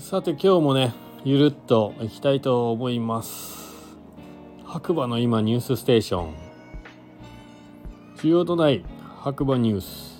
さて今日もねゆるっといきたいと思います。白馬の今ニュースステーション、需要のない白馬ニュース。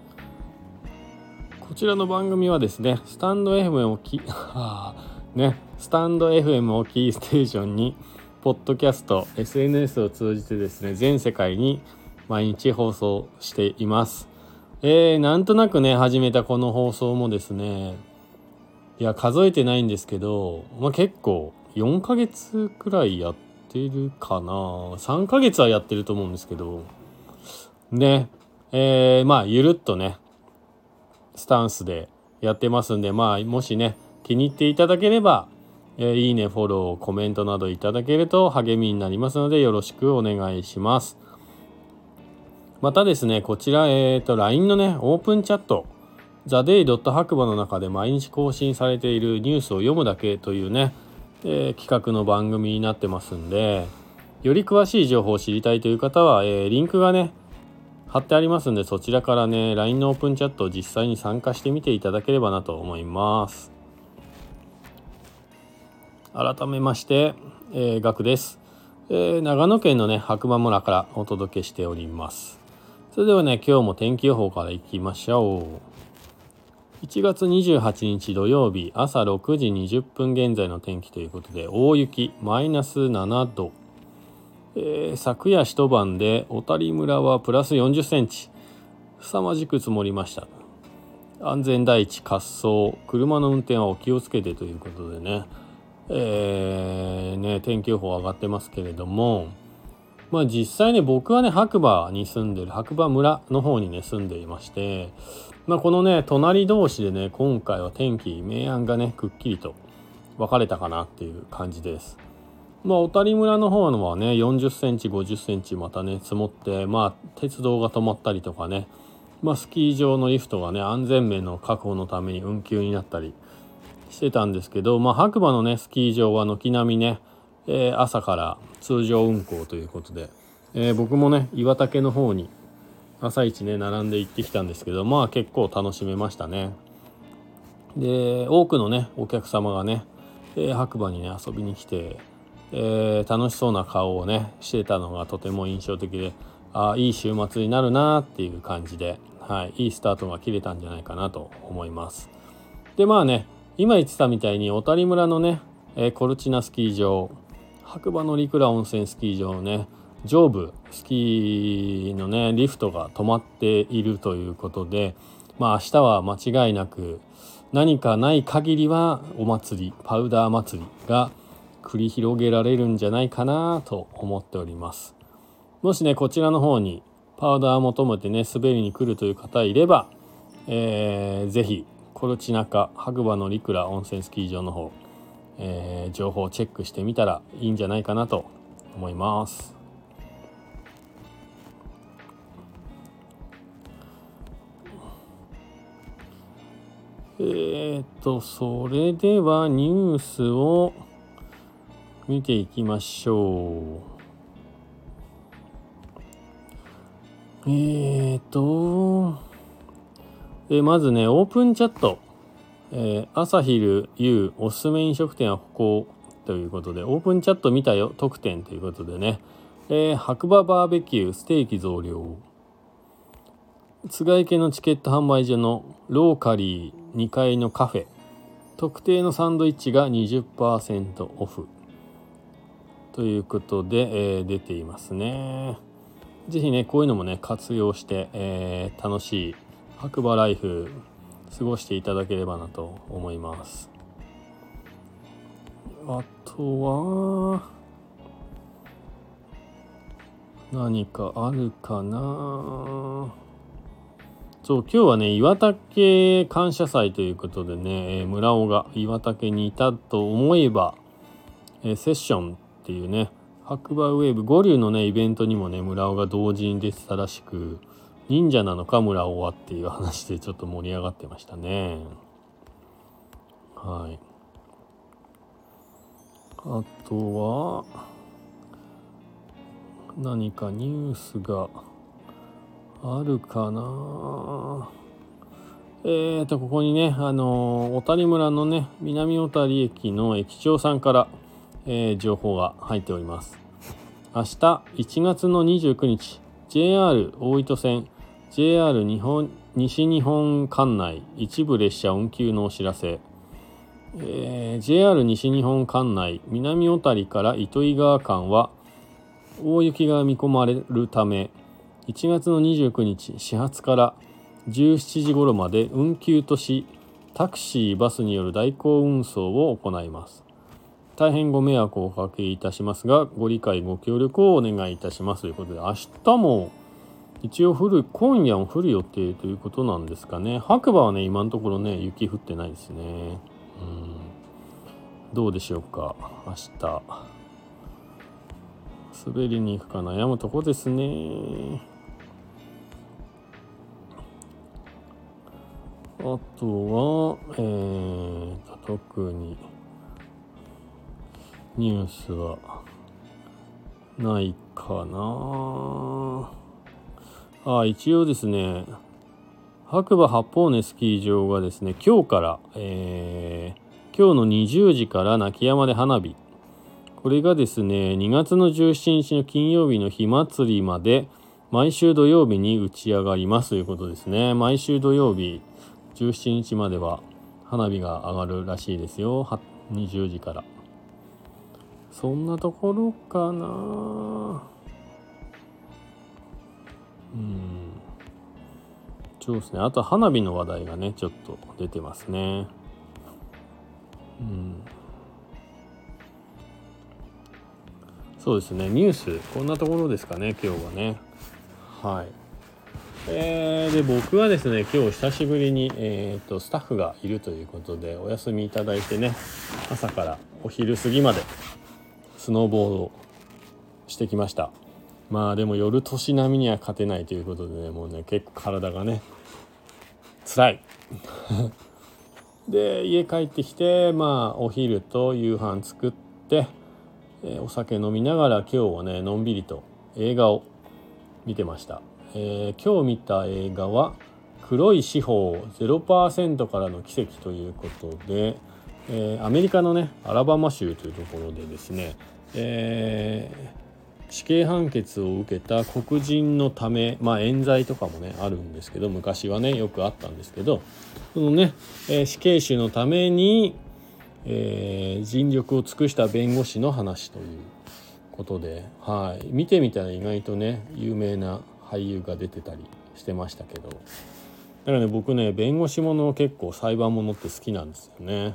こちらの番組はですねスタンド FM をスタンド FM をキーステーションにポッドキャスト SNS を通じてですね全世界に毎日放送しています。なんとなくね始めたこの放送もですね、いや数えてないんですけど、結構4ヶ月くらいやってるかな。3ヶ月はやってると思うんですけどね、ゆるっとねスタンスでやってますんで、もしね気に入っていただければ、いいね、フォロー、コメントなどいただけると励みになりますのでよろしくお願いします。またですねこちらLINE のねオープンチャットTheDay. 白馬の中で毎日更新されているニュースを読むだけというね、企画の番組になってますんで、より詳しい情報を知りたいという方は、リンクがね貼ってありますんで、そちらからね LINE のオープンチャットを実際に参加してみていただければなと思います。改めまして、ガクです。長野県のね白馬村からお届けしております。それではね今日も天気予報からいきましょう。1月28日土曜日朝6時20分現在の天気ということで、大雪マイナス7度、昨夜一晩で小谷村はプラス40センチ、凄まじく積もりました。安全第一、滑走、車の運転はお気をつけてということでね、天気予報上がってますけれども、実際ね僕はね白馬村の方にね住んでいまして、このね隣同士でね今回は天気明暗がねくっきりと分かれたかなっていう感じです。小谷村の方のはね40センチ50センチまたね積もって、鉄道が止まったりとかね、スキー場のリフトがね安全面の確保のために運休になったりしてたんですけど、白馬のねスキー場は軒並みね、朝から通常運行ということで、僕もね岩岳の方に朝一ね並んで行ってきたんですけど、結構楽しめましたね。で多くのねお客様がね、白馬にね遊びに来て、楽しそうな顔をねしてたのがとても印象的で、いい週末になるなっていう感じで、いいスタートが切れたんじゃないかなと思います。で今言ってたみたいに小谷村のね、コルチナスキー場、白馬のリクラ温泉スキー場のね上部スキーのねリフトが止まっているということで、明日は間違いなく何かない限りはお祭り、パウダー祭りが繰り広げられるんじゃないかなと思っております。もしねこちらの方にパウダー求めてね滑りに来るという方いれば、ぜひコルチナか白馬のリクラ温泉スキー場の方、情報をチェックしてみたらいいんじゃないかなと思います。それではニュースを見ていきましょう。まずねオープンチャット、朝昼夕おすすめ飲食店はここということで、オープンチャット見たよ特典ということでね、白馬バーベキューステーキ増量、津賀池のチケット販売所のローカリー2階のカフェ、特定のサンドイッチが 20% オフということで、出ていますね。ぜひねこういうのもね活用して、楽しい白馬ライフ過ごしていただければなと思います。あとは何かあるかな。今日はね岩岳感謝祭ということでね、村尾が岩岳にいたと思えば、セッションっていうね白馬ウェーブ五竜のねイベントにもね村尾が同時に出てたらしく、忍者なのか村尾はっていう話でちょっと盛り上がってましたね。あとは何かニュースがあるかな。 ここにね小谷村のね南小谷駅の駅長さんから、情報が入っております。明日1月の29日 JR 大糸線 JR 西日本管内一部列車運休のお知らせ。JR 西日本管内南小谷から糸魚川間は大雪が見込まれるため1月の29日始発から17時頃まで運休とし、タクシーバスによる代行運送を行います。大変ご迷惑をおかけいたしますがご理解ご協力をお願いいたしますということで、明日も一応今夜も降る予定ということなんですかね。白馬はね今のところね雪降ってないですね。どうでしょうか。明日滑りに行くか悩むとこですね。あとは特にニュースはないかな。一応ですね、白馬八方根スキー場がですね今日から、今日の20時から泣山で花火、これがですね2月の17日の金曜日の火祭りまで毎週土曜日に打ち上がりますということですね。毎週土曜日17日までは花火が上がるらしいですよ。20時から。そんなところかな。そうですね。あと花火の話題がねちょっと出てますね。そうですね。ニュースこんなところですかね今日はね。はい。で僕はですね今日久しぶりに、スタッフがいるということでお休みいただいてね、朝からお昼過ぎまでスノーボードしてきました。まあでも夜年並みには勝てないということでね、もうね結構体がね辛いで家帰ってきてお昼と夕飯作って、お酒飲みながら今日はねのんびりと映画を見てました。今日見た映画は黒い司法 0% からの奇跡ということで、アメリカのねアラバマ州というところでですね、死刑判決を受けた黒人のため、冤罪とかもねあるんですけど、昔はねよくあったんですけど、そのね、死刑囚のために、尽力を尽くした弁護士の話ということで、見てみたら意外とね有名な俳優が出てたりしてましたけど、だからね僕ね弁護士もの結構裁判ものって好きなんですよね。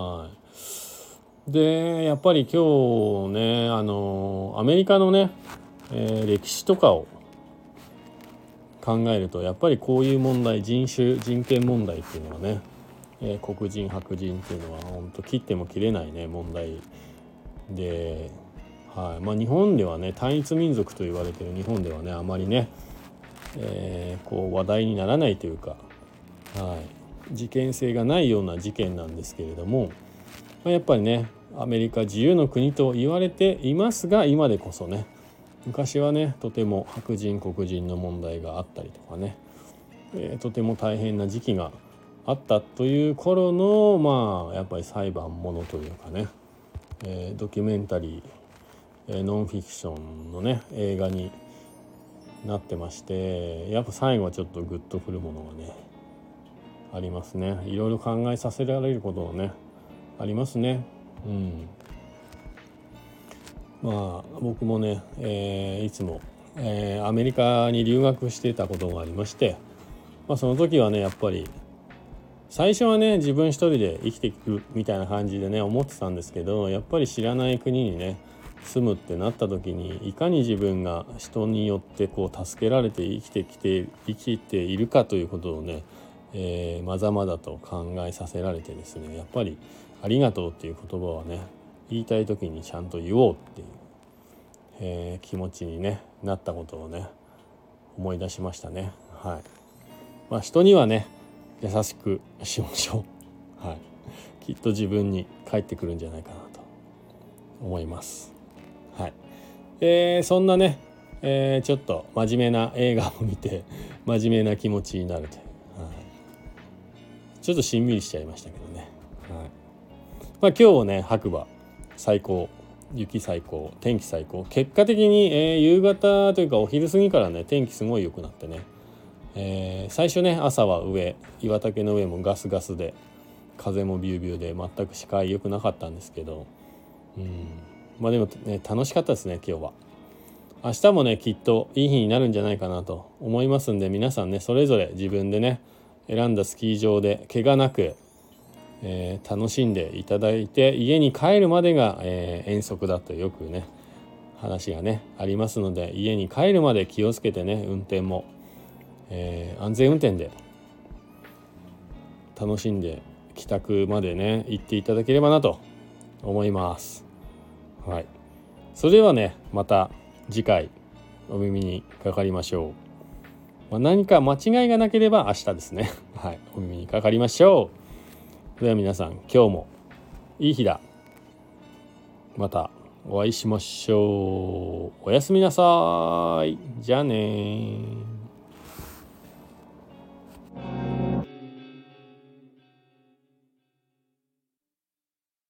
でやっぱり今日ねアメリカのね、歴史とかを考えるとやっぱりこういう問題、人権問題っていうのはね、黒人白人っていうのは本当切っても切れないね問題で、日本ではね単一民族と言われている日本ではねあまりね、こう話題にならないというか、事件性がないような事件なんですけれども、やっぱりねアメリカ自由の国と言われていますが、今でこそね昔はねとても白人黒人の問題があったりとかね、とても大変な時期があったという頃のやっぱり裁判ものというかね、ドキュメンタリー、ノンフィクションのね映画になってまして、やっぱ最後はちょっとグッとくるものがねありますね。いろいろ考えさせられることがねありますね。僕もね、いつも、アメリカに留学していたことがありまして、その時はねやっぱり最初はね自分一人で生きていくみたいな感じでね思ってたんですけど、やっぱり知らない国にね住むってなった時にいかに自分が人によってこう助けられて生きているかということをね、まざまざと考えさせられてですね、やっぱりありがとうっていう言葉はね言いたい時にちゃんと言おうっていう、気持ちに、ね、なったことをね思い出しましたね。人にはね優しくしましょう。きっと自分に返ってくるんじゃないかなと思います。そんなね、ちょっと真面目な映画を見て真面目な気持ちになるという、 ちょっとしんみりしちゃいましたけどね。まあ、今日ね白馬最高、雪最高、天気最高、結果的に、夕方というかお昼過ぎからね天気すごい良くなってね、最初ね朝は岩岳の上もガスガスで風もビュービューで全く視界良くなかったんですけど、まあでもね楽しかったですね今日は。明日もねきっといい日になるんじゃないかなと思いますんで、皆さんねそれぞれ自分でね選んだスキー場で怪我なく、楽しんでいただいて家に帰るまでが、遠足だとよくね話がねありますので、家に帰るまで気をつけてね運転も、安全運転で楽しんで帰宅までね行っていただければなと思います。はい、それではねまた次回お耳にかかりましょう。何か間違いがなければ明日ですねはい、お耳にかかりましょう。では皆さん今日もいい日だ。またお会いしましょう。おやすみなさい。じゃあね。